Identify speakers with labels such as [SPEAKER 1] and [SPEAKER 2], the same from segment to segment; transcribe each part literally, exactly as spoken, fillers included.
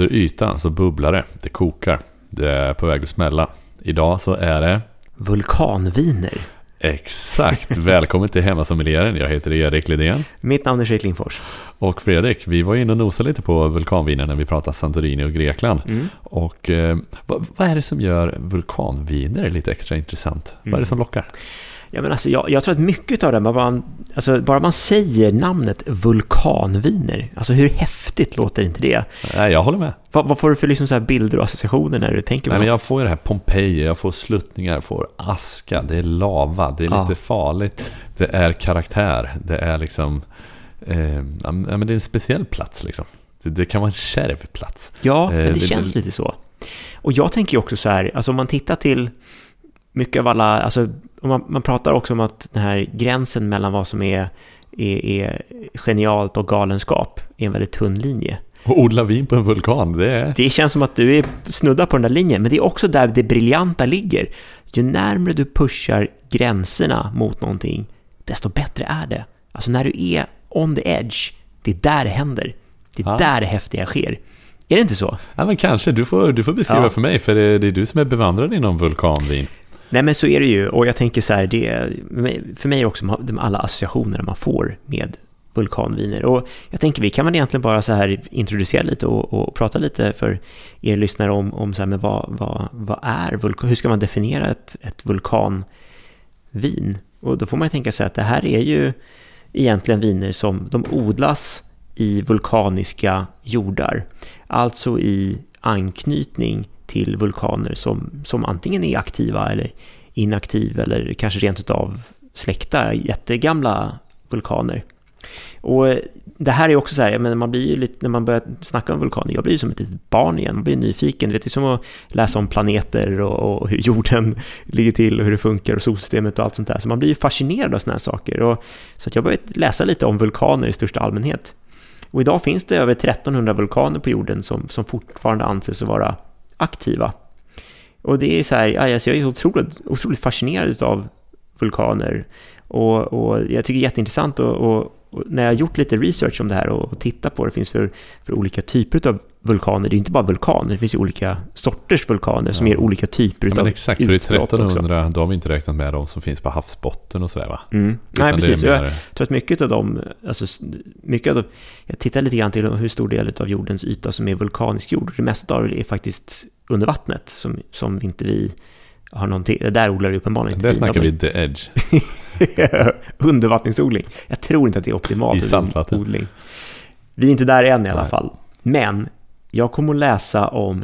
[SPEAKER 1] under ytan så bubblar det, det kokar, det är på väg att smälla. Idag så är det
[SPEAKER 2] vulkanviner.
[SPEAKER 1] Exakt, välkommen till Hemmasommelieren. Jag heter Erik Lidén.
[SPEAKER 2] Mitt namn är Fredrik Lindfors.
[SPEAKER 1] Och Fredrik, vi var inne och nosade lite på vulkanviner när vi pratade Santorini och Grekland. Mm. Och eh, vad, vad är det som gör vulkanviner lite extra intressant? Mm. Vad är det som lockar?
[SPEAKER 2] Ja, men alltså, jag, jag tror att mycket av det, bara man, alltså, bara man säger namnet vulkanviner, alltså hur häftigt låter inte det?
[SPEAKER 1] Nej, jag håller med.
[SPEAKER 2] Vad, vad får du för liksom så här bilder och associationer när du tänker på
[SPEAKER 1] Nej,
[SPEAKER 2] det?
[SPEAKER 1] Men jag får ju det här Pompeji, jag får sluttningar, jag får aska, det är lava, det är ja. lite farligt, det är karaktär, det är liksom, eh, ja, men det är en speciell plats liksom. Det, det kan vara en kärv plats.
[SPEAKER 2] Ja,
[SPEAKER 1] eh,
[SPEAKER 2] men det,
[SPEAKER 1] det
[SPEAKER 2] känns
[SPEAKER 1] det,
[SPEAKER 2] lite så. Och jag tänker ju också så här, alltså om man tittar till mycket av alla, alltså man, man pratar också om att den här gränsen mellan vad som är, är, är genialt och galenskap är en väldigt tunn linje.
[SPEAKER 1] Och odla vin på en vulkan, det är...
[SPEAKER 2] Det känns som att du är snuddar på den där linjen, men det är också där det briljanta ligger. Ju närmare du pushar gränserna mot någonting, desto bättre är det. Alltså när du är on the edge, det är där det händer. Det är ja. där det häftiga sker. Är det inte så?
[SPEAKER 1] Ja, men kanske. Du får, du får beskriva ja. för mig, för det, det är du som är bevandrad inom vulkanvin.
[SPEAKER 2] Nej, men så är det ju. Och jag tänker så här, det, för mig är också de alla associationer man får med vulkanviner. Och jag tänker vi kan väl egentligen bara så här introducera lite och, och prata lite för er lyssnare om, om så här, men vad, vad, vad är vulkan? Hur ska man definiera ett, ett vulkanvin? Och då får man ju tänka sig att det här är ju egentligen viner som de odlas i vulkaniska jordar. Alltså i anknytning till vulkaner som, som antingen är aktiva eller inaktiva eller kanske rent utav släkta jättegamla vulkaner. Och det här är också så här, men man blir ju lite, när man börjar snacka om vulkaner, jag blir ju som ett litet barn igen, man blir nyfiken, det är som att läsa om planeter och, och hur jorden ligger till och hur det funkar och solsystemet och allt sånt där, så man blir ju fascinerad av såna här saker. Och, så att jag börjat läsa lite om vulkaner i största allmänhet. Och idag finns det över trettonhundra vulkaner på jorden som, som fortfarande anses att vara aktiva. Och det är så här, alltså jag är otroligt, otroligt fascinerad av vulkaner. Och, och jag tycker det är jätteintressant och, och, och när jag har gjort lite research om det här och, och tittat på det finns för, för olika typer av vulkaner. Det är inte bara vulkaner, det finns ju olika sorters vulkaner som ja. ger olika typer
[SPEAKER 1] ja,
[SPEAKER 2] av
[SPEAKER 1] exakt, för i trettonhundra, då har vi inte räknat med de som finns på havsbotten och sådär va?
[SPEAKER 2] Mm. Nej, precis. Jag tror att mycket av dem, alltså mycket av dem, jag tittar lite grann till hur stor del av jordens yta som är vulkanisk jord. Det mesta av det är faktiskt under vattnet som, som inte vi har någonting, där odlar vi uppenbarligen inte.
[SPEAKER 1] Där snackar vi the edge.
[SPEAKER 2] Undervattningsodling. Jag tror inte att det är optimalt.
[SPEAKER 1] I saltvatten.
[SPEAKER 2] Odling. Vi är inte där än i alla Nej. fall. Men jag kommer att läsa om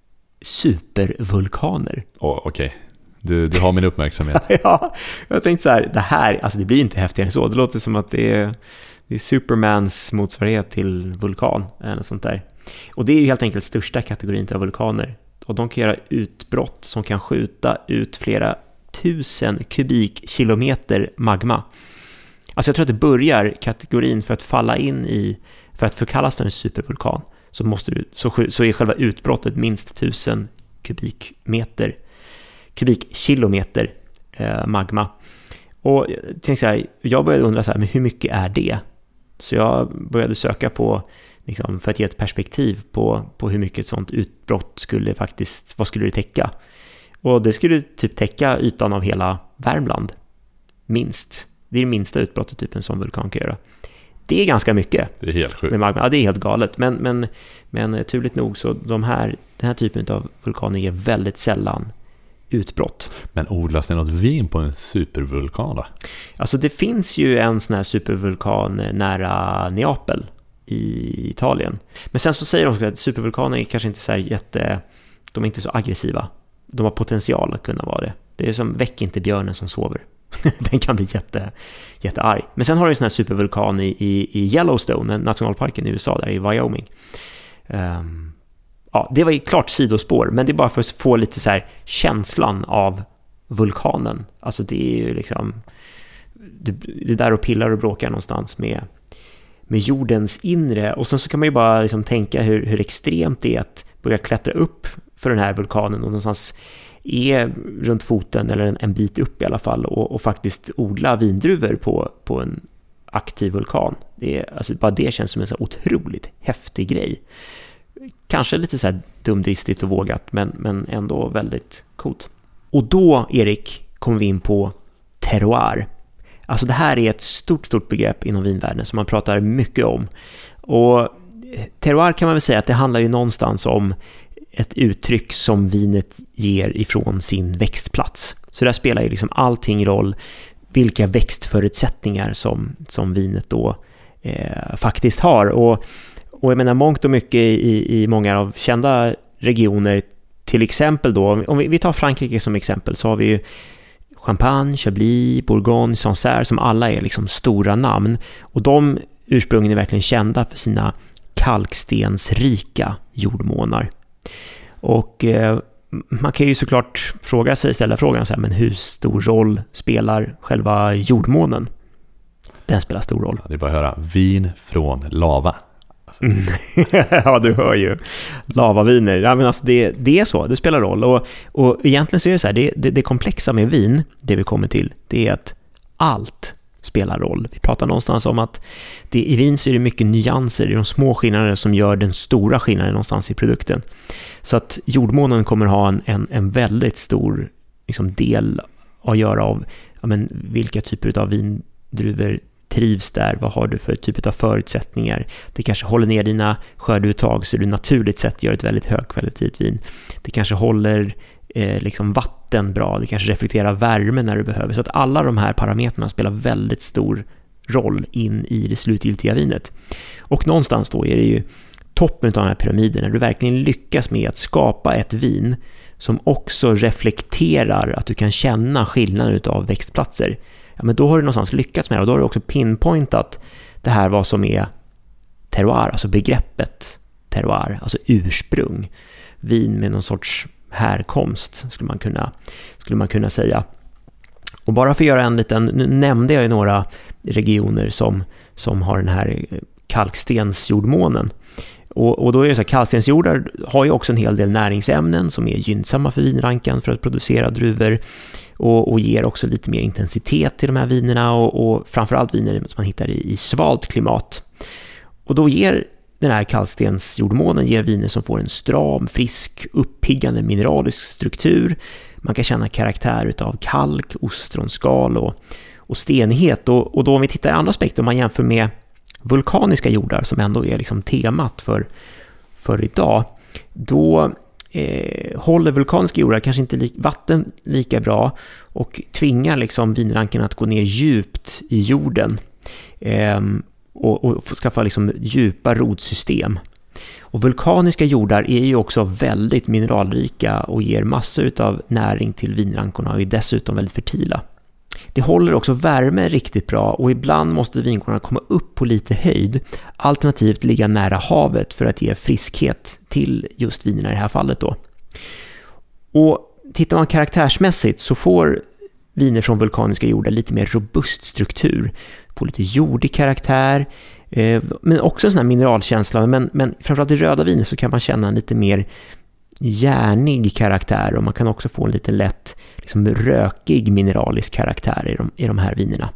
[SPEAKER 2] supervulkaner.
[SPEAKER 1] Oh, okej. Okay. Du, du har min uppmärksamhet.
[SPEAKER 2] Ja, jag tänkte så här, det här, alltså det blir inte häftigare än så. Det låter som att det är, det är Supermans motsvarighet till vulkan eller sånt där. Och det är ju helt enkelt största kategorin av vulkaner. Och de kan göra utbrott som kan skjuta ut flera tusen kubikkilometer magma. Alltså jag tror att det börjar kategorin för att falla in i, för att förkallas för en supervulkan, så, måste du, så, så är själva utbrottet minst tusen kubikmeter, kubikkilometer eh, magma. Och jag tänkte så här, jag började undra så här, men hur mycket är det? Så jag började söka på liksom, för att ge ett perspektiv på, på hur mycket ett sånt utbrott skulle faktiskt, vad skulle det täcka? Och det skulle typ täcka ytan av hela Värmland. Minst. Det är det minsta utbrottet typ en sån vulkan kan göra. Det är ganska mycket.
[SPEAKER 1] Det är helt sjukt.
[SPEAKER 2] Med magma. Ja, det är helt galet. Men, men, men turligt nog så de här, den här typen av vulkaner ger väldigt sällan utbrott.
[SPEAKER 1] Men odlas det något vin på en supervulkan då?
[SPEAKER 2] Alltså det finns ju en sån här supervulkan nära Neapel i Italien. Men sen så säger de att supervulkaner är kanske inte så här jätte, de är inte så aggressiva. De har potential att kunna vara det. Det är som väck inte björnen som sover. Den kan bli jätte, jättearg. Men sen har du en sån här supervulkan i, i, i Yellowstone, nationalparken i U S A där i Wyoming. Um, ja, det var ju klart sidospår, men det är bara för att få lite så här känslan av vulkanen. Alltså det är ju liksom det, det där och pillar och bråkar någonstans med med jordens inre. Och sen så kan man ju bara liksom tänka hur, hur extremt det är att börja klättra upp för den här vulkanen och någonstans är runt foten eller en, en bit upp i alla fall och, och faktiskt odla vindruvor på, på en aktiv vulkan. Det är, alltså bara det känns som en så otroligt häftig grej. Kanske lite så här dumdristigt och vågat, men, men ändå väldigt coolt. Och då, Erik, kommer vi in på terroir. Alltså det här är ett stort, stort begrepp inom vinvärlden som man pratar mycket om. Och terroir kan man väl säga att det handlar ju någonstans om ett uttryck som vinet ger ifrån sin växtplats. Så där spelar ju liksom allting roll vilka växtförutsättningar som, som vinet då eh, faktiskt har. Och, och jag menar mångt och mycket i, i många av kända regioner, till exempel då, om vi, vi tar Frankrike som exempel, så har vi ju Champagne, Chablis, Bourgogne, Sancerre som alla är liksom stora namn. Och de ursprungligen är verkligen kända för sina kalkstensrika jordmånar. Och eh, man kan ju såklart fråga sig, ställa frågan så här, men hur stor roll spelar själva jordmånen? Den spelar stor roll.
[SPEAKER 1] Ja, det är bara att höra, vin från lava.
[SPEAKER 2] Mm. Ja, du hör ju. Lavaviner. Ja, men alltså det, det är så, det spelar roll. Och, och egentligen så är det så här, det, det, det komplexa med vin, det vi kommer till, det är att allt spelar roll. Vi pratar någonstans om att det, i vin så är det mycket nyanser, det är de små skillnaderna som gör den stora skillnaden någonstans i produkten. Så att jordmånen kommer ha en, en, en väldigt stor liksom, del att göra av ja, men, vilka typer av vindruvor trivs där, vad har du för typ av förutsättningar. Det kanske håller ner dina skördeuttag så du naturligt sett gör ett väldigt högkvalitativt vin. Det kanske håller eh, liksom vatten bra, det kanske reflekterar värme när du behöver. Så att alla de här parametrarna spelar väldigt stor roll in i det slutgiltiga vinet. Och någonstans då är det ju toppen av den här pyramiden när du verkligen lyckas med att skapa ett vin som också reflekterar att du kan känna skillnaden av växtplatser. Ja, men då har du någonstans lyckats med det och då har du också pinpointat det här vad som är terroir, alltså begreppet terroir, alltså ursprung. Vin med någon sorts härkomst skulle man kunna, skulle man kunna säga. Och bara för att göra en liten, nu nämnde jag ju några regioner som, som har den här kalkstensjordmånen. Och, och då är det så här, kalkstensjordar har ju också en hel del näringsämnen som är gynnsamma för vinrankan för att producera druvor och, och ger också lite mer intensitet till de här vinerna och, och framförallt viner som man hittar i, i svalt klimat. Och då ger den här kalkstensjordmånen ger viner som får en stram, frisk, uppiggande mineralisk struktur. Man kan känna karaktär utav kalk, ostronskal och, och stenighet. Och, och då om vi tittar i andra aspekter, om man jämför med vulkaniska jordar som ändå är liksom temat för, för idag, då eh, håller vulkaniska jordar kanske inte li- vatten lika bra och tvingar liksom vinranken att gå ner djupt i jorden eh, och, och skaffa liksom djupa rotsystem. Och vulkaniska jordar är ju också väldigt mineralrika och ger massor av näring till vinrankorna och är dessutom väldigt fertila. Det håller också värme riktigt bra och ibland måste vinkorna komma upp på lite höjd, alternativt ligga nära havet för att ge friskhet till just vinerna i det här fallet då. Och tittar man karaktärsmässigt så får viner från vulkaniska jordar lite mer robust struktur, får lite jordig karaktär, eh, men också en sån här mineralkänsla, men, men framförallt i röda viner så kan man känna en lite mer järnig karaktär och man kan också få en lite lätt liksom rökig mineralisk karaktär i de, i de här vinerna.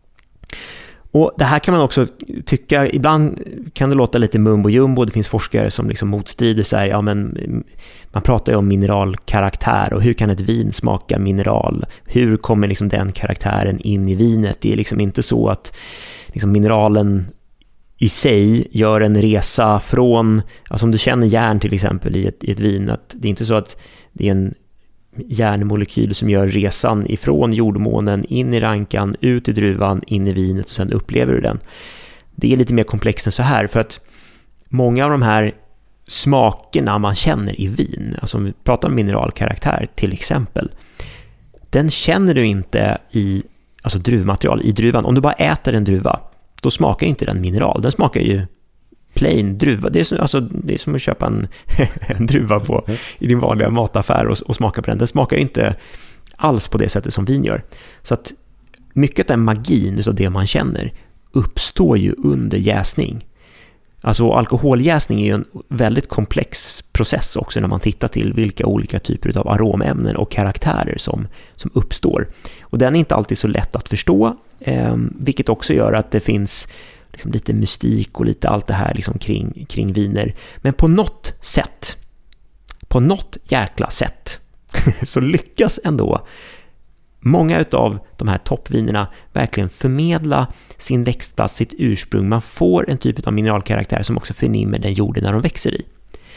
[SPEAKER 2] Och det här kan man också tycka, ibland kan det låta lite mumbo jumbo, det finns forskare som liksom motstrider sig, ja men man pratar ju om mineralkaraktär och hur kan ett vin smaka mineral? Hur kommer liksom den karaktären in i vinet? Det är liksom inte så att liksom mineralen i sig gör en resa från, alltså om du känner järn till exempel i ett, i ett vin, att det är inte så att det är en järnmolekyl som gör resan ifrån jordmånen in i rankan, ut i druvan, in i vinet och sen upplever du den. Det är lite mer komplext än så här, för att många av de här smakerna man känner i vin, alltså om vi pratar om mineralkaraktär till exempel, den känner du inte i alltså druvmaterial, i druvan. Om du bara äter en druva, då smakar inte den mineral, den smakar ju plain druva. Det är som, alltså, det är som att köpa en, en druva på, i din vanliga mataffär och, och smaka på den. Den smakar inte alls på det sättet som vin gör. Så att mycket av den magin av det man känner uppstår ju under jäsning. Alltså alkoholjäsning är ju en väldigt komplex process också när man tittar till vilka olika typer av aromämnen och karaktärer som, som uppstår. Och den är inte alltid så lätt att förstå, eh, vilket också gör att det finns liksom lite mystik och lite allt det här liksom kring, kring viner. Men på något sätt, på något jäkla sätt så lyckas ändå många av de här toppvinerna verkligen förmedla sin växtplats, sitt ursprung. Man får en typ av mineralkaraktär som också förnimmer den jorden när de växer i.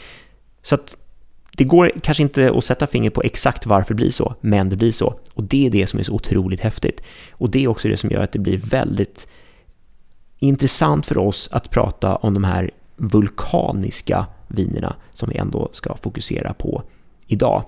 [SPEAKER 2] Så att det går kanske inte att sätta finger på exakt varför det blir så, men det blir så. Och det är det som är så otroligt häftigt. Och det är också det som gör att det blir väldigt intressant för oss att prata om de här vulkaniska vinerna som vi ändå ska fokusera på idag.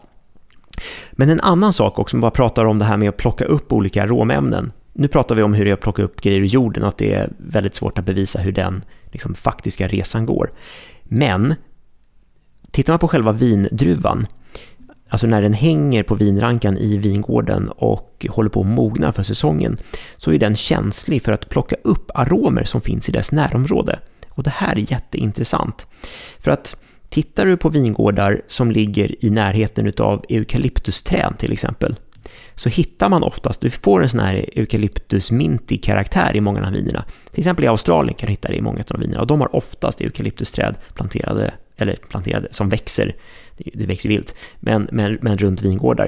[SPEAKER 2] Men en annan sak också, man bara pratar om det här med att plocka upp olika aromämnen. Nu pratar vi om hur det är att plocka upp grejer ur jorden och att det är väldigt svårt att bevisa hur den liksom, faktiska resan går. Men tittar man på själva vindruvan, alltså när den hänger på vinrankan i vingården och håller på att mogna för säsongen, så är den känslig för att plocka upp aromer som finns i dess närområde. Och det här är jätteintressant. För att tittar du på vingårdar som ligger i närheten av eukalyptusträd till exempel, så hittar man oftast, du får en sån här eukalyptusmintig karaktär i många av vinerna. Till exempel i Australien kan du hitta det i många av vinerna, och de har oftast eukalyptusträd planterade, eller planterade som växer, det, det växer vilt, men, men, men runt vingårdar.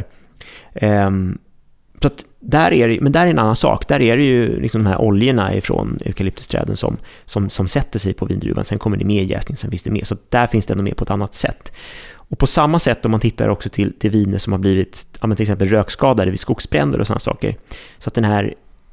[SPEAKER 2] Um, så att där är det, men där är en annan sak. Där är det ju liksom de här oljorna ifrån eukalyptusträden som, som, som sätter sig på vindruvan. Sen kommer det mer jäsning, sen finns det mer. Så där finns det ändå med på ett annat sätt. Och på samma sätt om man tittar också till, till viner som har blivit ja, men till exempel rökskadade vid skogsbränder och sådana saker. Så att den här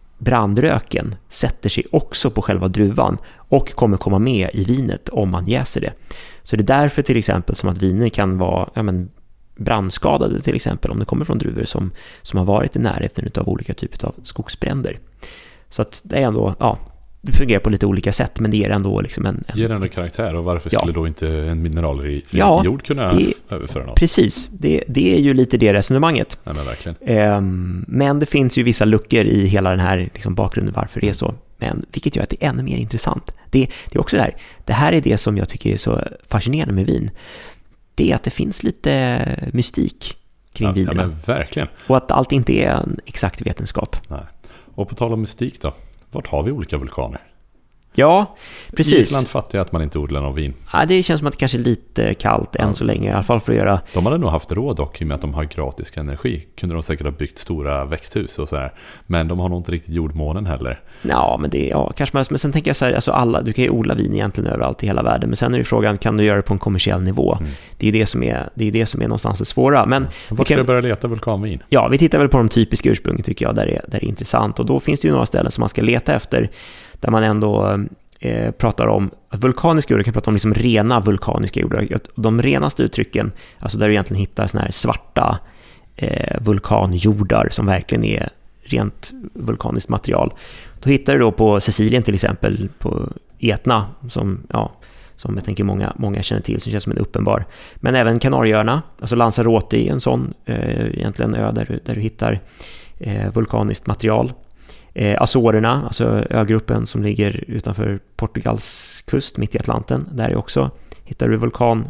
[SPEAKER 2] brandröken sätter sig också på själva druvan och kommer komma med i vinet om man jäser det. Så det är därför till exempel som att viner kan vara ja, men, brandskadade till exempel om det kommer från druvor som, som har varit i närheten av olika typer av skogsbränder. Så att det är ändå, ja, det fungerar på lite olika sätt, men det ger ändå liksom en... en
[SPEAKER 1] ger ändå karaktär, och varför
[SPEAKER 2] ja.
[SPEAKER 1] skulle då inte en mineralrik
[SPEAKER 2] ja,
[SPEAKER 1] jord kunna
[SPEAKER 2] det,
[SPEAKER 1] överföra något?
[SPEAKER 2] Precis, det, det är ju lite det resonemanget.
[SPEAKER 1] Ja, men verkligen.
[SPEAKER 2] Um, men det finns ju vissa luckor i hela den här liksom, bakgrunden varför det är så. Men vilket gör att det är ännu mer intressant. Det, det är också det här, det här är det som jag tycker är så fascinerande med vin. Det är att det finns lite mystik kring
[SPEAKER 1] ja,
[SPEAKER 2] vinerna.
[SPEAKER 1] Ja, men verkligen.
[SPEAKER 2] Och att allt inte är en exakt vetenskap.
[SPEAKER 1] Nej. Och på tal om mystik då, vart har vi olika vulkaner?
[SPEAKER 2] Ja, precis.
[SPEAKER 1] Island fattar jag att man inte odlar någon vin.
[SPEAKER 2] Ja, det känns som att det kanske är lite kallt ja. än så länge, i alla fall för att göra...
[SPEAKER 1] De hade nog haft råd dock, i och med att de har gratis energi. Kunde de säkert ha byggt stora växthus och så här. Men de har nog inte riktigt jordmånen heller.
[SPEAKER 2] Ja, men det ja, kanske man, men sen tänker jag så här, alltså alla, du kan ju odla vin egentligen överallt i hela världen, men sen är det frågan, kan du göra det på en kommersiell nivå? Mm. Det är det som är det är det som är någonstans det svåra, men
[SPEAKER 1] vart ska du börja leta vulkanvin?
[SPEAKER 2] Ja, vi tittar väl på de typiska ursprungen tycker jag, där det, där det är intressant, och då finns det ju några ställen som man ska leta efter där man ändå eh, pratar om att vulkaniska jordar, kan prata om liksom rena vulkaniska jordar. De renaste uttrycken, alltså där du egentligen hittar såna här svarta eh, vulkanjordar som verkligen är rent vulkaniskt material. Då hittar du då på Sicilien till exempel, på Etna, som, ja, som jag tänker många, många känner till, som känns som en uppenbar. Men även Kanarieöarna, alltså Lanzarote är en sån eh, egentligen ö där du, där du hittar eh, vulkaniskt material. Eh, Azorerna, alltså ögruppen som ligger utanför Portugals kust, mitt i Atlanten, där är också hittar du vulkan,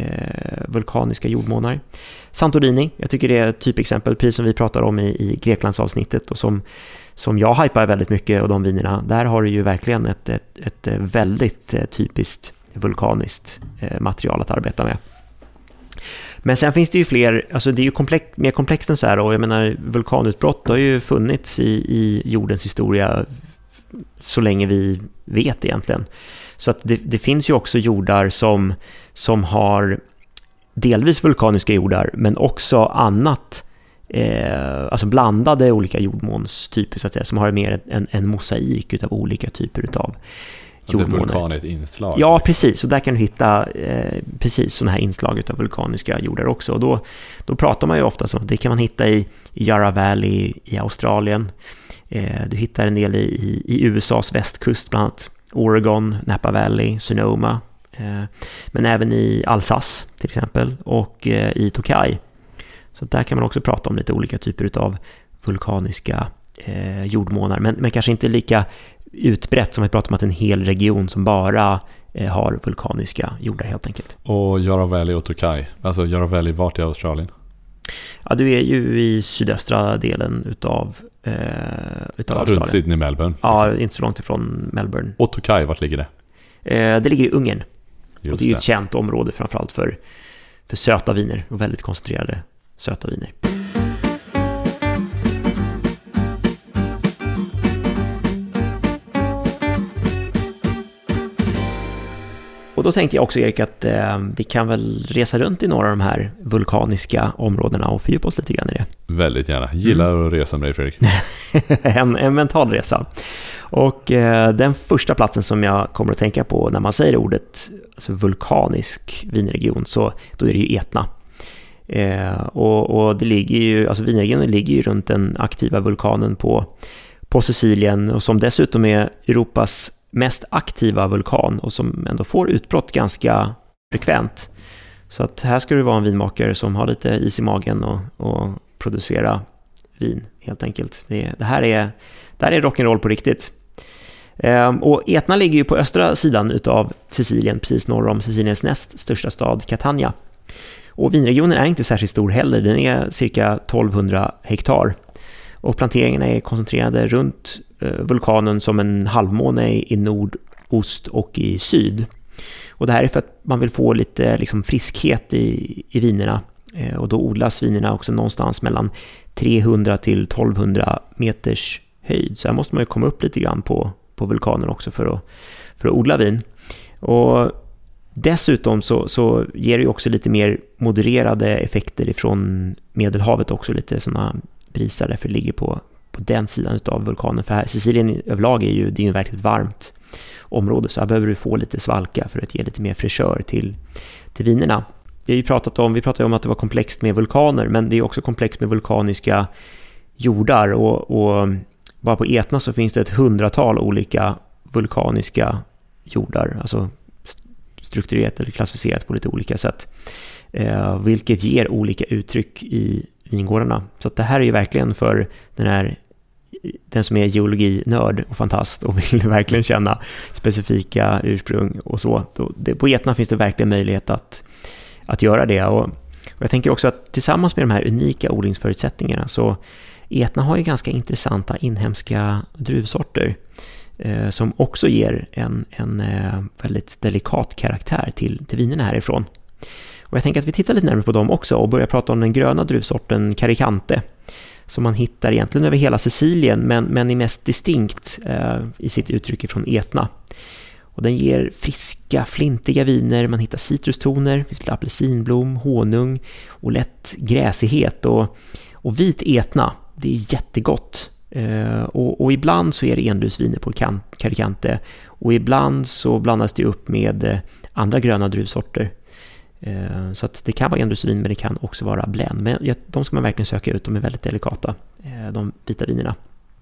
[SPEAKER 2] eh, vulkaniska jordmånar. Santorini, jag tycker det är ett typexempel, precis som vi pratar om i, i Greklandsavsnittet och som, som jag hypar väldigt mycket, och de vinerna, där har du ju verkligen ett, ett, ett väldigt typiskt vulkaniskt eh, material att arbeta med. Men sen finns det ju fler, alltså det är ju komplex, mer komplext än så här, och jag menar vulkanutbrott har ju funnits i, i jordens historia så länge vi vet egentligen. Så att det, det finns ju också jordar som, som har delvis vulkaniska jordar, men också annat, eh, alltså blandade olika jordmånstyper så att säga, som har mer en, en mosaik utav olika typer utav jordmåner.
[SPEAKER 1] Vulkaniskt inslag.
[SPEAKER 2] Ja, precis. Och där kan du hitta eh, precis sådana här inslag av vulkaniska jordar också. Och då, då pratar man ju ofta om att det kan man hitta i, i Yarra Valley i Australien. Eh, du hittar en del i, i, i U S A:s västkust, bland annat Oregon, Napa Valley, Sonoma. Eh, men även i Alsace till exempel, och eh, i Tokaj. Så där kan man också prata om lite olika typer av vulkaniska eh, jordmånar. Men, men kanske inte lika utbrett som vi pratar om att en hel region som bara eh, har vulkaniska jordar helt enkelt.
[SPEAKER 1] Och Yarra Valley och Tokaj, alltså Yarra Valley vart i Australien?
[SPEAKER 2] Ja, du är ju i sydöstra delen utav, eh, utav
[SPEAKER 1] ja,
[SPEAKER 2] Australien.
[SPEAKER 1] Runt Sydney, Melbourne.
[SPEAKER 2] Ja, liksom. Inte så långt ifrån Melbourne.
[SPEAKER 1] Och Tokai, vart ligger det?
[SPEAKER 2] Eh, det ligger i Ungern.
[SPEAKER 1] Just
[SPEAKER 2] och det är ju
[SPEAKER 1] det.
[SPEAKER 2] ett känt område framförallt för, för söta viner och väldigt koncentrerade söta viner. Och då tänkte jag också, Erik, att eh, vi kan väl resa runt i några av de här vulkaniska områdena och fördjupa oss lite grann i det.
[SPEAKER 1] Väldigt gärna. Gillar mm. att resa med dig, Fredrik.
[SPEAKER 2] en, en mental resa. Och eh, den första platsen som jag kommer att tänka på när man säger ordet alltså vulkanisk vinregion, så då är det ju Etna. Eh, och, och det ligger ju, alltså vinregionen ligger ju runt den aktiva vulkanen på, på Sicilien, och som dessutom är Europas mest aktiva vulkan och som ändå får utbrott ganska frekvent. Så att här ska det vara en vinmakare som har lite is i magen och, och producera vin helt enkelt. Det, det här är, det här är rock'n'roll på riktigt. Ehm, och Etna ligger ju på östra sidan utav Sicilien, precis norr om Siciliens näst största stad Catania. Och vinregionen är inte särskilt stor heller, den är cirka tolvhundra hektar. Och planteringarna är koncentrerade runt eh, vulkanen som en halvmåne i nord, ost och i syd. Och det här är för att man vill få lite liksom, friskhet i, i vinerna. Eh, och då odlas vinerna också någonstans mellan trehundra till tolvhundra meters höjd. Så här måste man ju komma upp lite grann på, på vulkanen också för att, för att odla vin. Och dessutom så, så ger det ju också lite mer modererade effekter ifrån Medelhavet också, lite sådana brisar därför det ligger på, på den sidan av vulkanen. För här, Sicilien överlag är ju, det är ju ett verkligt varmt område, så här behöver du få lite svalka för att ge lite mer fräschör till, till vinerna. Vi har ju pratat om, vi pratade om att det var komplext med vulkaner, men det är också komplext med vulkaniska jordar, och, och bara på Etna så finns det ett hundratal olika vulkaniska jordar, alltså strukturerat eller klassificerat på lite olika sätt, eh, vilket ger olika uttryck i vingårdarna. Så att det här är ju verkligen för den här den som är geologinörd och fantast och vill verkligen känna specifika ursprung och så. Det, på Etna finns det verkligen möjlighet att, att göra det. Och, och jag tänker också att tillsammans med de här unika odlingsförutsättningarna så Etna har ju ganska intressanta inhemska druvsorter eh, som också ger en, en eh, väldigt delikat karaktär till, till vinerna härifrån. Och jag tänker att vi tittar lite närmare på dem också och börjar prata om den gröna druvsorten Caricante, som man hittar egentligen över hela Sicilien, men, men är mest distinkt eh, i sitt uttryck från Etna. Och den ger friska, flintiga viner, man hittar citrustoner, det finns lite apelsinblom, honung och lätt gräsighet. Och, och vit Etna, det är jättegott. Eh, och, och ibland så är det endruvsviner på Caricante, och ibland så blandas det upp med eh, andra gröna druvsorter. Så att det kan vara endruvsvin, men det kan också vara blend. Men de ska man verkligen söka ut, de är väldigt delikata, de vita vinerna.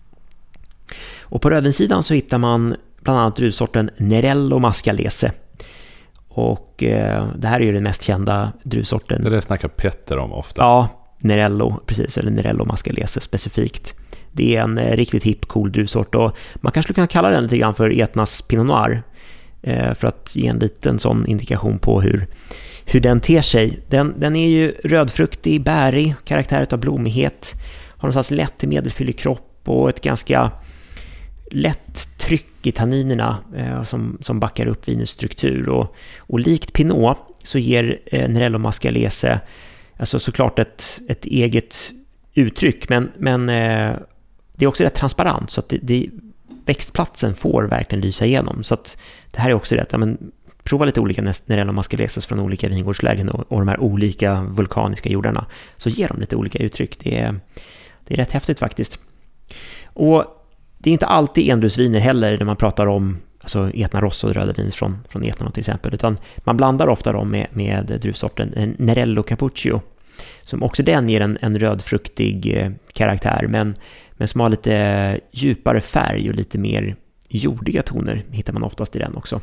[SPEAKER 2] Och på rödvinssidan så hittar man bland annat druvsorten Nerello Mascalese. Och det här är ju den mest kända druvsorten.
[SPEAKER 1] Det där snackar Petter om ofta.
[SPEAKER 2] Ja, Nerello, precis, eller Nerello Mascalese specifikt. Det är en riktigt hipp, cool druvsort, och man kanske skulle kunna kalla den lite grann för Etnas Pinot Noir, för att ge en liten sån indikation på hur hur den ter sig. Den, den är ju rödfruktig, bärig, karaktär av blommighet, har någonstans lätt till medelfyllig kropp och ett ganska lätt tryck i tanninerna eh, som, som backar upp vinets struktur. Och, och likt Pinot så ger eh, Nerello Mascalese alltså såklart ett, ett eget uttryck, men, men eh, det är också rätt transparent, så att det, det, växtplatsen får verkligen lysa igenom. Så att det här är också rätt, ja, men prova lite olika Nerello Mascalese från olika vingårdslägen och, och de här olika vulkaniska jordarna, så ger de lite olika uttryck. Det är, det är rätt häftigt faktiskt. Och det är inte alltid endruvsviner heller när man pratar om alltså Etna Rosso och röda vin från, från Etna till exempel, utan man blandar ofta dem med, med druvsorten Nerello Cappuccio, som också den ger en, en rödfruktig eh, karaktär, men, men som har lite djupare färg och lite mer jordiga toner hittar man oftast i den också.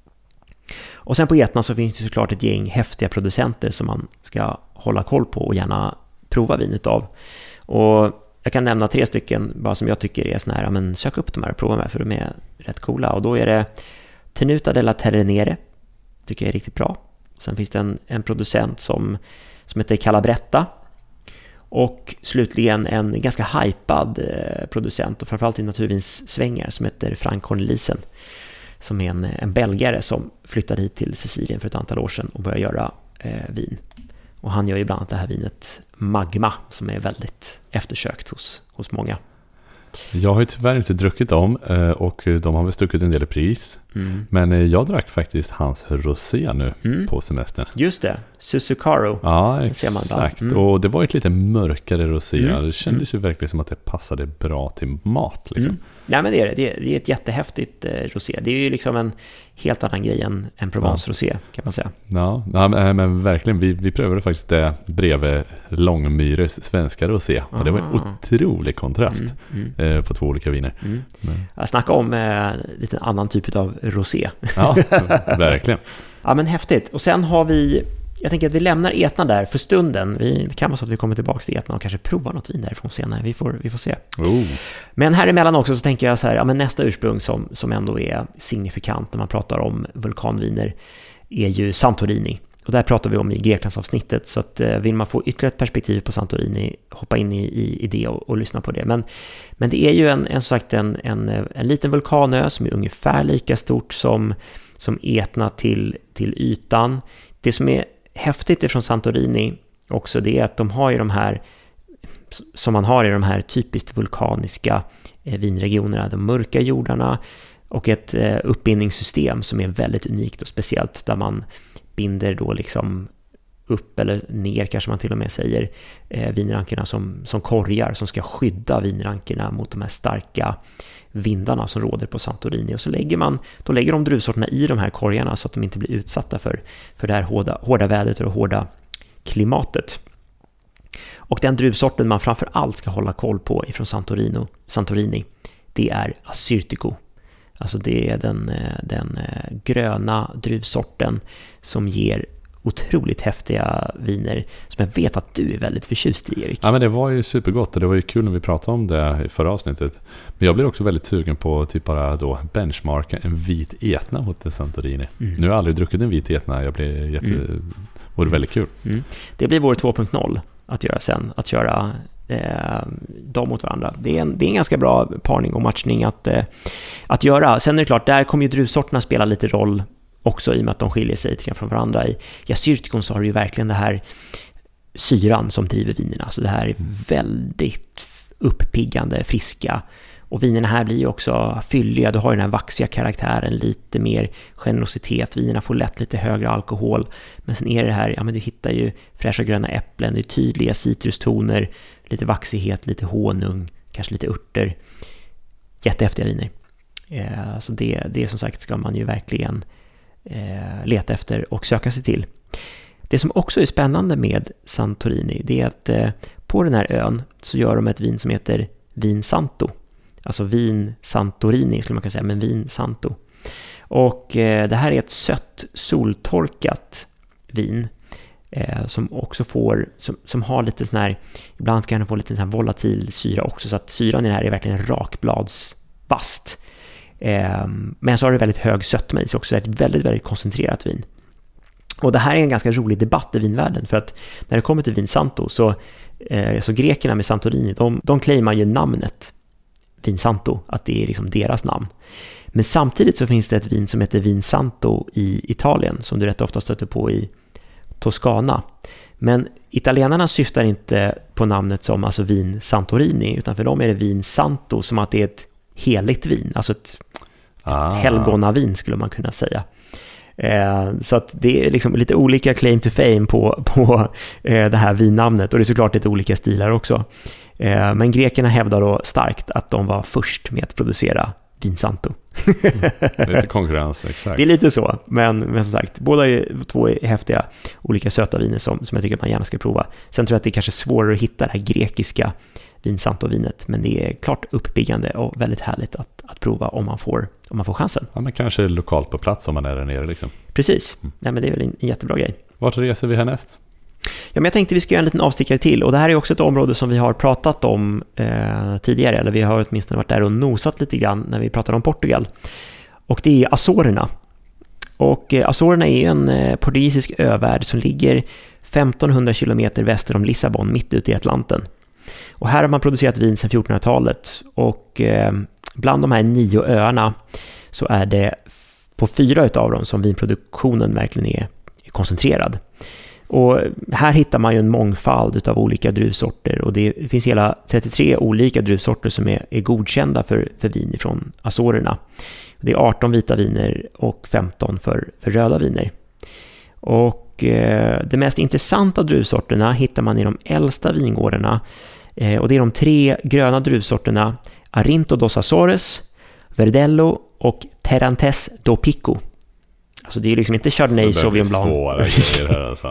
[SPEAKER 2] Och sen på Etna så finns det såklart ett gäng häftiga producenter som man ska hålla koll på och gärna prova vin utav. Och jag kan nämna tre stycken bara som jag tycker är såna här, men sök upp de här och prova med, för de är rätt coola. Och då är det Tenuta della Terrenere, tycker jag är riktigt bra. Sen finns det en, en producent som, som heter Calabretta. Och slutligen en ganska hypad eh, producent och framförallt i naturvinssvängar som heter Frank Cornelissen, som är en, en belgare som flyttade hit till Sicilien för ett antal år sedan och började göra eh, vin. Och han gör ju bland annat det här vinet Magma som är väldigt eftersökt hos, hos många.
[SPEAKER 1] Jag har ju tyvärr inte druckit dem och de har väl stuckit en del i pris. Mm. Men jag drack faktiskt hans rosé nu mm. på semestern.
[SPEAKER 2] Just det, Susukaro.
[SPEAKER 1] Ja, exakt. Mm. Och det var ett lite mörkare rosé. Mm. Det kändes ju verkligen som att det passade bra till mat. Liksom. Mm.
[SPEAKER 2] Nej, men det är det. Det är ett jättehäftigt eh, rosé. Det är ju liksom en helt annan grej än en Provence-rosé, kan man säga.
[SPEAKER 1] Ja, ja men, men verkligen. Vi, vi prövade faktiskt det bredvid Långmyres svenska rosé. Och det var en otrolig kontrast mm, mm. Eh, på två olika viner. Mm.
[SPEAKER 2] Jag snackar om eh, lite annan typ av rosé.
[SPEAKER 1] Ja, verkligen.
[SPEAKER 2] Ja, men häftigt. Och sen har vi... Jag tänker att vi lämnar Etna där för stunden. Vi, det kan vara så att vi kommer tillbaka till Etna och kanske provar något vin därifrån senare. Vi får, vi får se.
[SPEAKER 1] Oh.
[SPEAKER 2] Men här emellan också så tänker jag så här, ja, men nästa ursprung som, som ändå är signifikant när man pratar om vulkanviner är ju Santorini. Och där pratar vi om i Greklandsavsnittet. Så att, vill man få ytterligare ett perspektiv på Santorini, hoppa in i, i, i det och, och lyssna på det. Men, men det är ju en, en, som sagt, en, en, en liten vulkanö som är ungefär lika stort som, som Etna till, till ytan. Det som är häftigt ifrån Santorini också, det är att de har ju de här, som man har i de här typiskt vulkaniska eh, vinregionerna, de mörka jordarna och ett eh, uppbindningssystem som är väldigt unikt och speciellt, där man binder då liksom upp eller ner, kanske man till och med säger, eh, vinrankerna som, som korgar som ska skydda vinrankerna mot de här starka vindarna som råder på Santorini. Och så lägger man, då lägger de druvsorterna i de här korgarna så att de inte blir utsatta för, för det här hårda, hårda vädret och hårda klimatet. Och den druvsorten man framför allt ska hålla koll på ifrån Santorino, Santorini, det är Assyrtiko. Alltså det är den, den gröna druvsorten som ger otroligt häftiga viner som jag vet att du är väldigt förtjust i, Erik.
[SPEAKER 1] Ja, men det var ju supergott och det var ju kul när vi pratade om det i förra avsnittet. Men jag blir också väldigt sugen på typ bara då benchmarka en vit Etna mot en Santorini. Mm. Nu har jag aldrig druckit en vit Etna. Jag blir jätte... Mm. vore väldigt kul.
[SPEAKER 2] Mm. Det blir vår två punkt noll att göra sen. Att göra eh, dem mot varandra. Det är, en, det är en ganska bra parning och matchning att, eh, att göra. Sen är det klart, där kommer ju druvsorterna spela lite roll också i och med att de skiljer sig till från varandra. I Assyrtikon så har du ju verkligen det här syran som driver vinerna. Så det här är väldigt uppiggande, friska. Och vinerna här blir ju också fylliga. Du har ju den här vaxiga karaktären, lite mer generositet. Vinerna får lätt lite högre alkohol. Men sen är det här, ja men du hittar ju fräscha gröna äpplen, det är tydliga citrustoner, lite vaxighet, lite honung, kanske lite örter. Jättehäftiga viner. Eh, så det, det som sagt ska man ju verkligen eh, leta efter och söka sig till. Det som också är spännande med Santorini, det är att eh, på den här ön så gör de ett vin som heter Vin Santo. Alltså vin Santorini skulle man kunna säga, men vin Santo. Och eh, det här är ett sött, soltorkat vin eh, som också får, som, som har lite sån här, ibland kan den få lite sån här volatil syra också, så att syran i det här är verkligen rakbladsvast. Eh, men så har det väldigt hög sötma i sig också, så det är ett väldigt, väldigt koncentrerat vin. Och det här är en ganska rolig debatt i vinvärlden, för att när det kommer till vin Santo så, eh, så grekerna med Santorini, de, de claimar ju namnet Vin Santo, att det är liksom deras namn. Men samtidigt så finns det ett vin som heter Vin Santo i Italien, som du rätt ofta stöter på i Toscana. Men italienarna syftar inte på namnet som alltså vin Santorini, utan för dem är det Vin Santo som att det är ett heligt vin, alltså ett, ah. ett helgonavin skulle man kunna säga. Eh, så att det är liksom lite olika claim to fame på, på eh, det här vinnamnet, och det är såklart lite olika stilar också. Eh, men grekerna hävdar då starkt att de var först med att producera Vin Santo.
[SPEAKER 1] Mm. Lite konkurrens, exakt.
[SPEAKER 2] Det är lite så, men, men som sagt, båda är, två är häftiga, olika söta viner som, som jag tycker att man gärna ska prova. Sen tror jag att det är kanske svårare att hitta det här grekiska Vin Santo-vinet, men det är klart uppbyggande och väldigt härligt att, att prova om man får, om man får chansen.
[SPEAKER 1] Ja, men kanske lokalt på plats om man är där nere liksom.
[SPEAKER 2] Precis, mm. Nej, men det är väl en, en jättebra grej.
[SPEAKER 1] Vart reser vi härnäst?
[SPEAKER 2] Ja, men jag tänkte vi ska göra en liten avstickare till, och det här är också ett område som vi har pratat om eh, tidigare, eller vi har åtminstone varit där och nosat lite grann när vi pratade om Portugal. Och det är Azorerna. Och eh, Azorerna är en eh, portugisisk övärld som ligger femtonhundra kilometer väster om Lissabon, mitt ute i Atlanten. Och här har man producerat vin sedan fjortonhundratalet, och eh, bland de här nio öarna så är det på fyra utav dem som vinproduktionen verkligen är koncentrerad. Och här hittar man ju en mångfald utav olika druvsorter, och det finns hela trettiotre olika druvsorter som är, är godkända för, för vin från Azorerna. Det är arton vita viner och femton för, för röda viner. Och eh, de mest intressanta druvsorterna hittar man i de äldsta vingårdarna, eh, och det är de tre gröna druvsorterna Arinto dos Azores, Verdelho och Terrantes do Pico. Alltså det är liksom inte Chardonnay, Sauvignon Blanc.
[SPEAKER 1] Svåra grejer här alltså.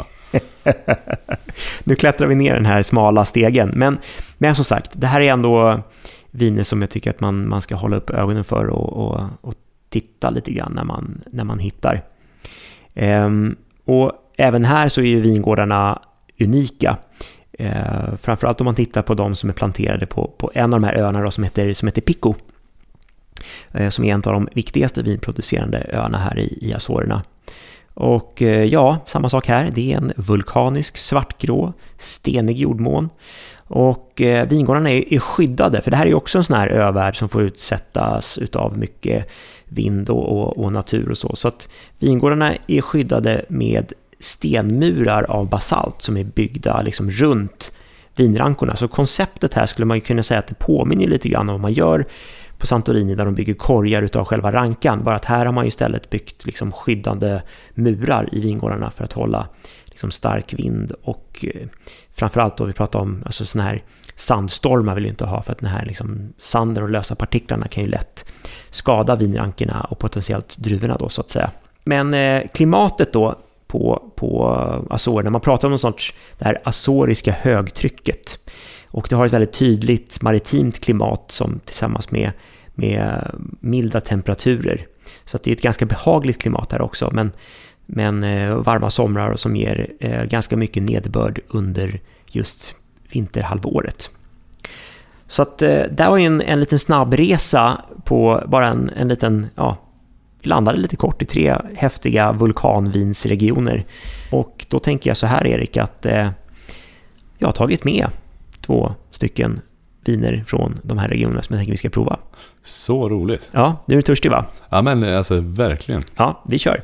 [SPEAKER 2] Nu klättrar vi ner den här smala stegen. Men, men som sagt, det här är ändå viner som jag tycker att man, man ska hålla upp ögonen för och, och, och titta lite grann när man, när man hittar. Ehm, och även här så är ju vingårdarna unika. Ehm, framförallt om man tittar på de som är planterade på, på en av de här öarna då, som, heter, som heter Pico. Ehm, som är en av de viktigaste vinproducerande öarna här i, i Azorerna. Och ja, samma sak här. Det är en vulkanisk svartgrå, stenig jordmån. Och eh, vingårdarna är, är skyddade, för det här är ju också en sån här övärld som får utsättas utav mycket vind och, och, och natur och så. Så att vingårdarna är skyddade med stenmurar av basalt som är byggda liksom runt vinrankorna. Så konceptet här skulle man ju kunna säga att det påminner lite grann om vad man gör på Santorini där de bygger korgar utav själva rankan. Bara att här har man ju istället byggt liksom skyddande murar i vingårdarna för att hålla liksom stark vind, och eh, framförallt då vi pratar om alltså såna här sandstormar vill ju inte ha, för att den här liksom sanden och lösa partiklarna kan ju lätt skada vinrankerna och potentiellt druvorna då så att säga. Men eh, klimatet då på, på Azorerna, man pratar om någon sorts det här azoriska högtrycket, och det har ett väldigt tydligt maritimt klimat som tillsammans med, med milda temperaturer, så att det är ett ganska behagligt klimat här också, men Men eh, varma somrar som ger eh, ganska mycket nederbörd under just vinterhalvåret. Så att eh, där var ju en, en liten snabbresa på bara en, en liten, ja, vi landade lite kort i tre häftiga vulkanvinsregioner. Och då tänker jag så här, Erik, att eh, jag har tagit med två stycken viner från de här regionerna som jag tänker vi ska prova.
[SPEAKER 1] Så roligt.
[SPEAKER 2] Ja, nu är du törstig va?
[SPEAKER 1] Ja men alltså verkligen.
[SPEAKER 2] Ja, vi kör.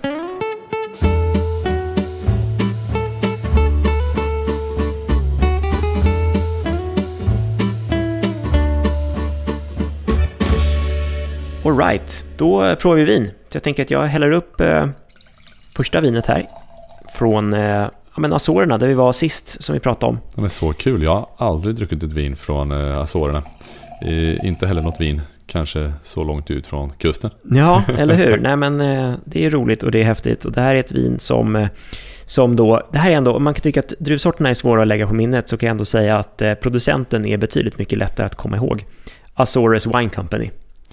[SPEAKER 2] All right, då provar vi vin. Så jag tänker att jag häller upp eh, första vinet här från eh, ja, men Azorerna där vi var sist som vi pratade om.
[SPEAKER 1] Ja, men så kul, jag har aldrig druckit ett vin från eh, Azorerna. Eh, inte heller något vin kanske så långt ut från kusten.
[SPEAKER 2] Ja, eller hur? Nej men eh, det är roligt och det är häftigt, och det här är ett vin som eh, som då, det här är ändå, om man kan tycka att druvsorterna är svåra att lägga på minnet, så kan jag ändå säga att eh, producenten är betydligt mycket lättare att komma ihåg. Azores Wine Company.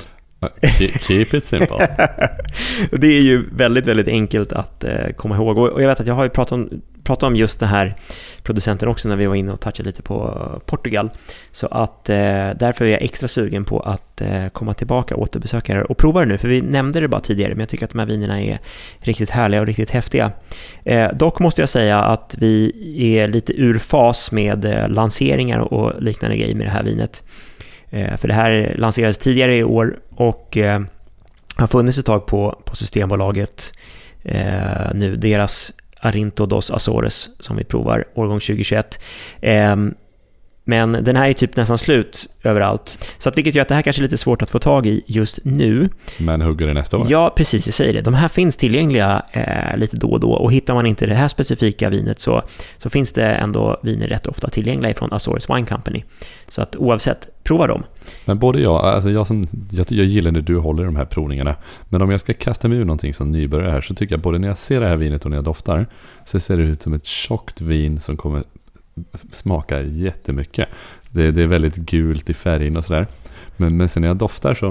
[SPEAKER 1] Keep it simple.
[SPEAKER 2] Det är ju väldigt, väldigt enkelt att eh, komma ihåg. Och, och jag vet att jag har ju pratat om, pratat om just den här producenten också när vi var inne och touchade lite på uh, Portugal. Så att eh, därför är jag extra sugen på att eh, komma tillbaka och återbesöka det och prova det nu. För vi nämnde det bara tidigare, men jag tycker att de här vinerna är riktigt härliga och riktigt häftiga. Eh, dock måste jag säga att vi är lite ur fas med eh, lanseringar och liknande grejer med det här vinet. För det här lanserades tidigare i år och eh, har funnits ett tag på, på Systembolaget eh, nu, deras Arinto dos Azores som vi provar, årgång tjugohundratjugoett. Eh, men den här är typ nästan slut överallt. Så att, vilket gör att det här kanske är lite svårt att få tag i just nu.
[SPEAKER 1] Men hugger det nästa år?
[SPEAKER 2] Ja, precis, jag säger det. De här finns tillgängliga eh, lite då och då. Och hittar man inte det här specifika vinet så, så finns det ändå viner rätt ofta tillgängliga från Azores Wine Company. Så att oavsett, prova dem.
[SPEAKER 1] Men både jag, alltså jag, som, jag, jag gillar när du håller de här provningarna. Men om jag ska kasta mig ur någonting som nybörjare här, så tycker jag både när jag ser det här vinet och när jag doftar, så ser det ut som ett tjockt vin som kommer smaka jättemycket. Det, det är väldigt gult i färgen och sådär. Men, men sen när jag doftar så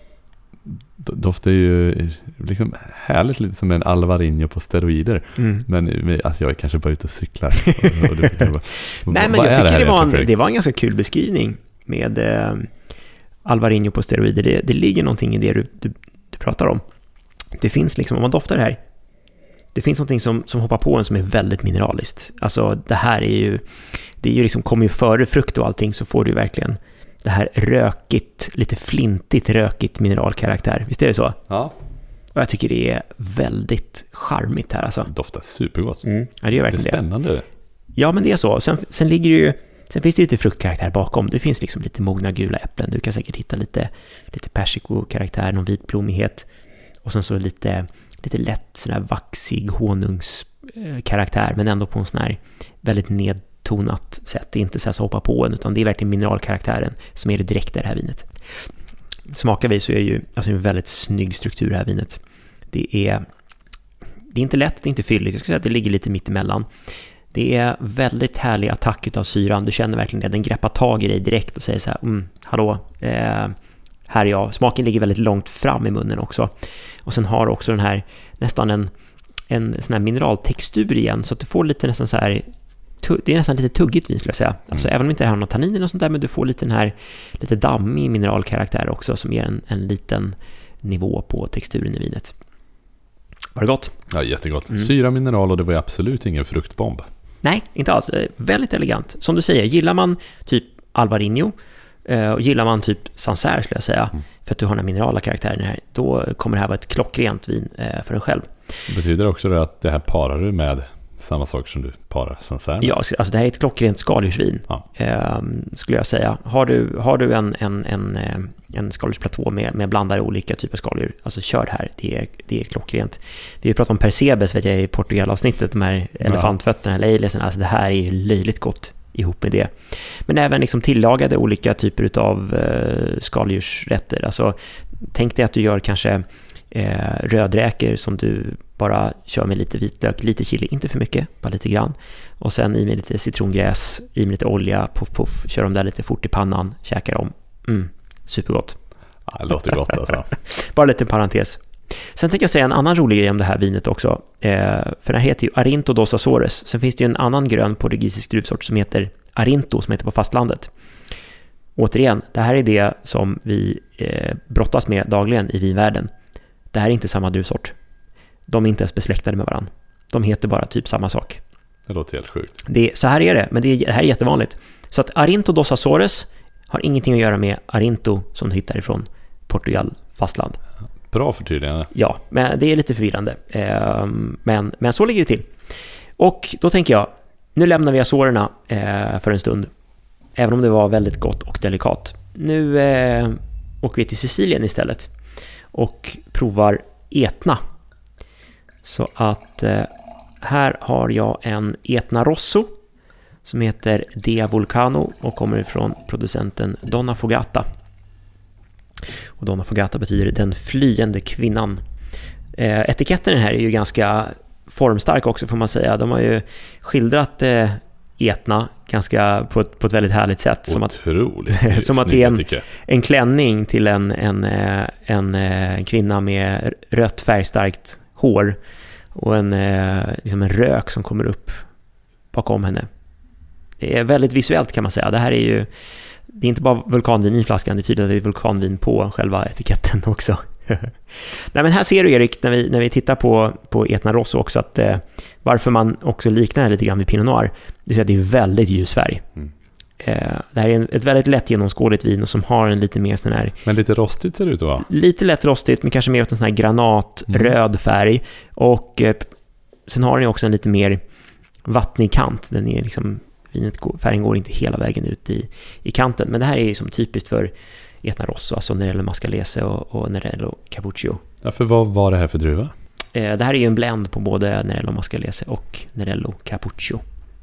[SPEAKER 1] doftar ju liksom härligt, lite som en Alvarinho på steroider. Mm. Men alltså jag är kanske bara ute och cyklar. Och du, bara,
[SPEAKER 2] Nej, men jag tycker det, det, var en, det var en ganska kul beskrivning med eh, Alvarinho på steroider. Det, det ligger någonting i det du, du, du pratar om. Det finns liksom, om man doftar det här, Det finns någonting som, som hoppar på en som är väldigt mineraliskt. Alltså det här är ju, det är ju liksom, kommer ju före frukt och allting, så får du verkligen det här rökigt, lite flintigt rökigt mineralkaraktär. Visst är det så?
[SPEAKER 1] Ja.
[SPEAKER 2] Och jag tycker det är väldigt charmigt här alltså.
[SPEAKER 1] Det doftar supergott.
[SPEAKER 2] Mm. Ja, det är verkligen
[SPEAKER 1] det är spännande. Det.
[SPEAKER 2] Ja, men det är så. Sen, sen ligger det ju, sen finns det ju lite fruktkaraktär bakom. Det finns liksom lite mogna gula äpplen. Du kan säkert hitta lite, lite persikokaraktär, någon vitblommighet. Och sen så lite, lite lätt sån här vaxig honungskaraktär, men ändå på en sån här väldigt nedtonat sätt. Det är inte så här så hoppa på en, utan det är verkligen mineralkaraktären som är det direkta i det här vinet. Smakar vi så är det ju alltså en väldigt snygg struktur i det här vinet. Det är, det är inte lätt, det är inte fylligt. Jag skulle säga att det ligger lite mitt emellan. Det är väldigt härlig attack av syran. Du känner verkligen det. Den greppar tag i dig direkt och säger så här, mm, hallå, eh, här är jag. Smaken ligger väldigt långt fram i munnen också. Och sen har också den här nästan en, en sån här mineraltextur igen, så att du får lite nästan så här, det är nästan lite tuggigt vin skulle jag säga. Alltså mm. även om det inte har någon tannin och sånt där, men du får lite den här lite dammig mineralkaraktär också, som ger en, en liten nivå på texturen i vinet. Var det gott?
[SPEAKER 1] Ja, jättegott. Mm. Syra, mineral, och det var absolut ingen fruktbomb.
[SPEAKER 2] Nej, inte alls. Väldigt elegant. Som du säger, gillar man typ Alvarinho och gillar man typ Sancerre skulle jag säga, mm. för att du har den minerala karaktären här, då kommer det här vara ett klockrent vin för en själv.
[SPEAKER 1] Betyder också det att det här parar du med samma sak som du parar Sancerre?
[SPEAKER 2] Ja, alltså det här är ett klockrent skaldjursvin, ja. eh, skulle jag säga. Har du, har du en, en, en, en skaldjursplatå med, med blandade olika typer av skaldjur, alltså kör här, det är, det är klockrent. Vi har pratat om Percebes, vet jag, i Portugal-avsnittet, de här elefantfötterna, eller aliasen, alltså det här är ju löjligt gott ihop med det. Men även liksom tillagade olika typer av eh, skaldjursrätter. Alltså tänk dig att du gör kanske eh, rödräkor som du bara kör med lite vitlök, lite chili, inte för mycket, bara lite grann. Och sen i med lite citrongräs, i med lite olja, puff puff, kör de där lite fort i pannan, käkar dem. Mm, supergott.
[SPEAKER 1] Ja, det låter gott alltså.
[SPEAKER 2] Bara lite parentes. Sen tänker jag säga en annan rolig grej om det här vinet också. Eh, för det här heter ju Arinto dos Açores. Sen finns det ju en annan grön portugisisk druvsort som heter Arinto, som heter på fastlandet. Återigen, det här är det som vi eh, brottas med dagligen i vinvärlden. Det här är inte samma druvsort. De är inte ens besläktade med varandra. De heter bara typ samma sak.
[SPEAKER 1] Det låter helt sjukt.
[SPEAKER 2] Det, så här är det, men det, är, det här är jättevanligt. Så att Arinto dos Açores har ingenting att göra med Arinto som du hittar ifrån Portugal fastland.
[SPEAKER 1] Bra förtydligande.
[SPEAKER 2] Ja, men det är lite förvirrande. Men, men så ligger det till. Och då tänker jag, nu lämnar vi Azorerna för en stund. Även om det var väldigt gott och delikat. Nu eh, åker vi till Sicilien istället. Och provar Etna. Så att eh, här har jag en Etna Rosso som heter Dea Vulcano och kommer ifrån producenten Donna Fogata. Och Donna Fogata betyder den flyende kvinnan. Eh, etiketten här är ju ganska formstark också, får man säga. De har ju skildrat eh, Etna ganska på ett, på ett väldigt härligt sätt. Som att, som att det är en, en klänning till en, en, en, en kvinna med rött färgstarkt hår och en, liksom en rök som kommer upp bakom henne. Det är väldigt visuellt, kan man säga. Det här är ju, det är inte bara vulkanvin i flaskan, det är tydligt att det är vulkanvin på själva etiketten också. Nej, men här ser du, Erik, när vi, när vi tittar på, på Etna Rosso också, att eh, varför man också liknar det lite grann vid Pinot Noir, det är att det är väldigt ljus färg. Mm. Eh, det här är en, ett väldigt lätt genomskådligt vin och som har en lite mer sån här...
[SPEAKER 1] Men lite rostigt ser det ut att vara.
[SPEAKER 2] Lite lätt rostigt, men kanske mer åt en sån här granatröd mm. färg. Och eh, sen har den också en lite mer vattnig kant. Den är liksom, vinet, färgen går inte hela vägen ut i, i kanten. Men det här är ju som typiskt för Etna Rosso, alltså Nerello Mascalese och, och Nerello Cappuccio.
[SPEAKER 1] Ja, för vad var det här för druva?
[SPEAKER 2] Eh, det här är ju en blend på både Nerello Mascalese och Nerello Cappuccio.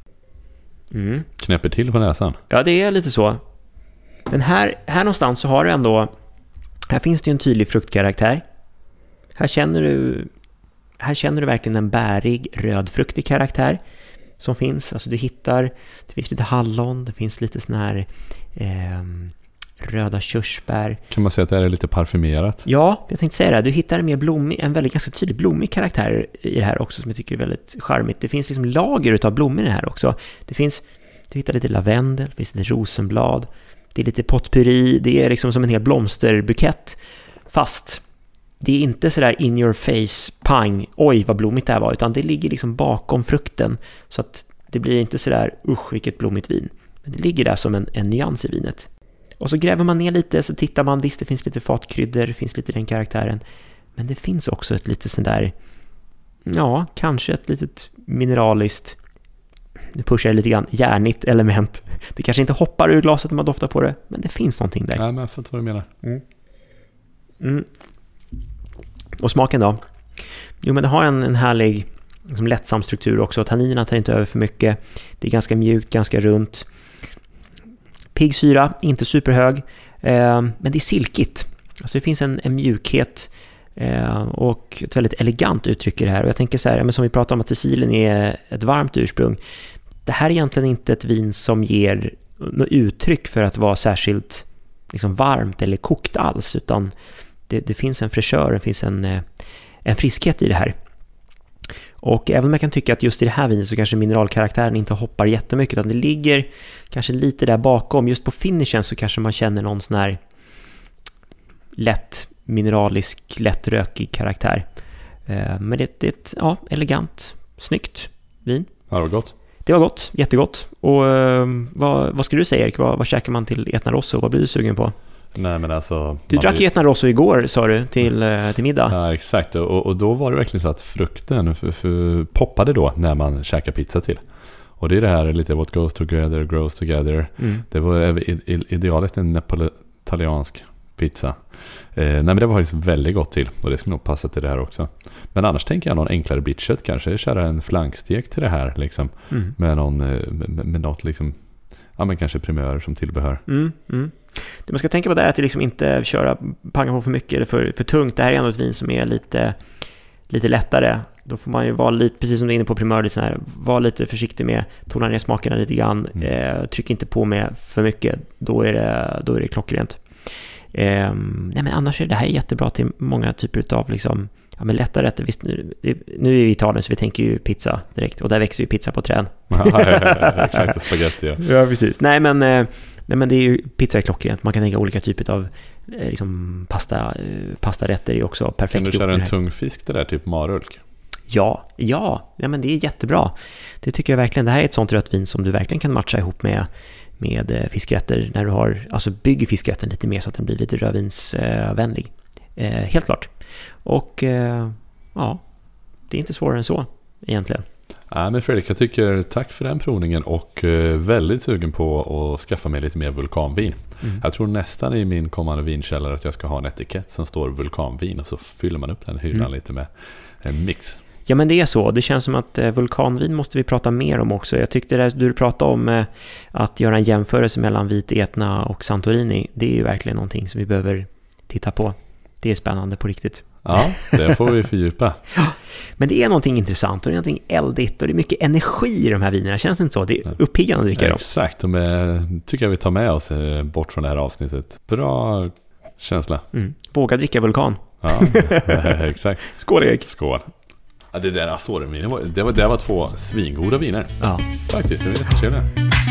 [SPEAKER 2] Mm.
[SPEAKER 1] Knäpper till på näsan.
[SPEAKER 2] Ja, det är lite så. Men här, här någonstans så har du ändå, här finns det ju en tydlig fruktkaraktär. Här känner du, här känner du verkligen en bärig, rödfruktig karaktär som finns. Alltså du hittar, det finns lite hallon, det finns lite sån här eh, röda körsbär.
[SPEAKER 1] Kan man säga att det är lite parfymerat?
[SPEAKER 2] Ja, jag tänkte säga det. Du hittar en mer blommig, en väldigt ganska tydlig blommig karaktär i det här också som jag tycker är väldigt charmigt. Det finns liksom lager utav blommor i det här också. Det finns, du hittar lite lavendel, det finns lite rosenblad, det är lite potpurri, det är liksom som en hel blomsterbukett. Fast det är inte sådär in your face, pang, oj vad blommigt det här var, utan det ligger liksom bakom frukten, så att det blir inte sådär, usch vilket blommigt vin. Men det ligger där som en, en nyans i vinet. Och så gräver man ner lite, så tittar man, visst det finns lite fatkryddor, det finns lite den karaktären. Men det finns också ett lite sån där, ja, kanske ett litet mineraliskt, nu pushar jag lite grann, järnigt element. Det kanske inte hoppar ur glaset när man doftar på det, men det finns någonting där.
[SPEAKER 1] Nej, men jag fattar vad du menar.
[SPEAKER 2] Mm. Mm. Och smaken då? Jo, men det har en, en härlig, liksom, lättsam struktur också. Tanninerna tar inte över för mycket. Det är ganska mjukt, ganska runt. Pigg syra, inte superhög, eh, men det är silkigt. Alltså det finns en, en mjukhet eh, och ett väldigt elegant uttryck i det här. Och jag tänker så här, men som vi pratade om att Sicilien är ett varmt ursprung. Det här är egentligen inte ett vin som ger något uttryck för att vara särskilt liksom varmt eller kokt alls, utan det, det finns en fräschör, det finns en, en friskhet i det här. Och även om jag kan tycka att just i det här vinet så kanske mineralkaraktären inte hoppar jättemycket, utan det ligger kanske lite där bakom. Just på finishen så kanske man känner någon sån här lätt mineralisk, lätt rökig karaktär. Men det, det är ett ja, elegant, snyggt vin.
[SPEAKER 1] Ja, det var gott.
[SPEAKER 2] Det var gott, jättegott. Och vad, vad ska du säga, Erik? Vad, vad käkar man till Etna Rosso? Vad blir du sugen på?
[SPEAKER 1] Nej, men alltså,
[SPEAKER 2] du drack ju Etna Rosso igår, sa du, till, till middag.
[SPEAKER 1] Ja, exakt. Och, och då var det verkligen så att frukten för, för, poppade då när man käkar pizza till. Och det är det här lite what goes together, grows together. Mm. Det var idealiskt en neapolitansk pizza. Eh, nej, men det var faktiskt väldigt gott till. Och det skulle nog passa till det här också. Men annars tänker jag någon enklare bitkött kanske. Jag kör en flankstek till det här liksom. Mm. Med, någon, med, med något liksom, ja men kanske primör som tillbehör.
[SPEAKER 2] Mm, mm. Det man ska tänka på det är att det liksom inte köra panga på för mycket eller för, för tungt. Det här är ändå ett vin som är lite, lite lättare. Då får man ju vara lite, precis som du är inne på primör, lite så här, vara lite försiktig med, tona ner smakerna lite grann. Mm. Eh, tryck inte på med för mycket. Då är det, då är det klockrent. Eh, nej men annars är det här jättebra till många typer av liksom, ja, men lätta rätter. Visst, nu, nu är vi i Italien så vi tänker ju pizza direkt. Och där växer ju pizza på träd.
[SPEAKER 1] Ja, exakt, spaghetti. Ja.
[SPEAKER 2] Ja, precis. Nej men, eh, nej, men det är ju, pizza är klockrent. Man kan tänka olika typer av eh, liksom pasta, eh, pastarätter är också perfekt.
[SPEAKER 1] Kan du köra en tung fisk det där, typ marulk?
[SPEAKER 2] Ja, ja, ja, men det är jättebra. Det tycker jag verkligen. Det här är ett sånt rött vin som du verkligen kan matcha ihop med med fiskrätter när du har, alltså bygger fiskrätten lite mer så att den blir lite rödvinsvänlig. Eh, helt klart. Och eh, ja, det är inte svårare än så egentligen.
[SPEAKER 1] Ja, men Fredrik, jag tycker tack för den provningen och eh, väldigt sugen på att skaffa mig lite mer vulkanvin. Mm. Jag tror nästan i min kommande vinkällare att jag ska ha en etikett som står vulkanvin och så fyller man upp den hyllan mm. lite med en mix.
[SPEAKER 2] Ja, men det är så. Det känns som att eh, vulkanvin måste vi prata mer om också. Jag tyckte det du pratade om eh, att göra en jämförelse mellan vit Etna och Santorini. Det är ju verkligen någonting som vi behöver titta på. Det är spännande på riktigt.
[SPEAKER 1] Ja, det får vi fördjupa.
[SPEAKER 2] Ja, men det är någonting intressant och det är någonting eldigt och det är mycket energi i de här vinerna. Känns det inte så? Det är uppiggande att dricka
[SPEAKER 1] ja,
[SPEAKER 2] dem.
[SPEAKER 1] Exakt, och med, tycker jag vi tar med oss bort från det här avsnittet. Bra känsla.
[SPEAKER 2] Mm. Våga dricka vulkan.
[SPEAKER 1] Ja, exakt.
[SPEAKER 2] Skål, Erik.
[SPEAKER 1] Skål. Ja, det där Azorenviner, det var, det var, det var två svingoda viner.
[SPEAKER 2] Ja.
[SPEAKER 1] Faktiskt, det var jättetrevligt.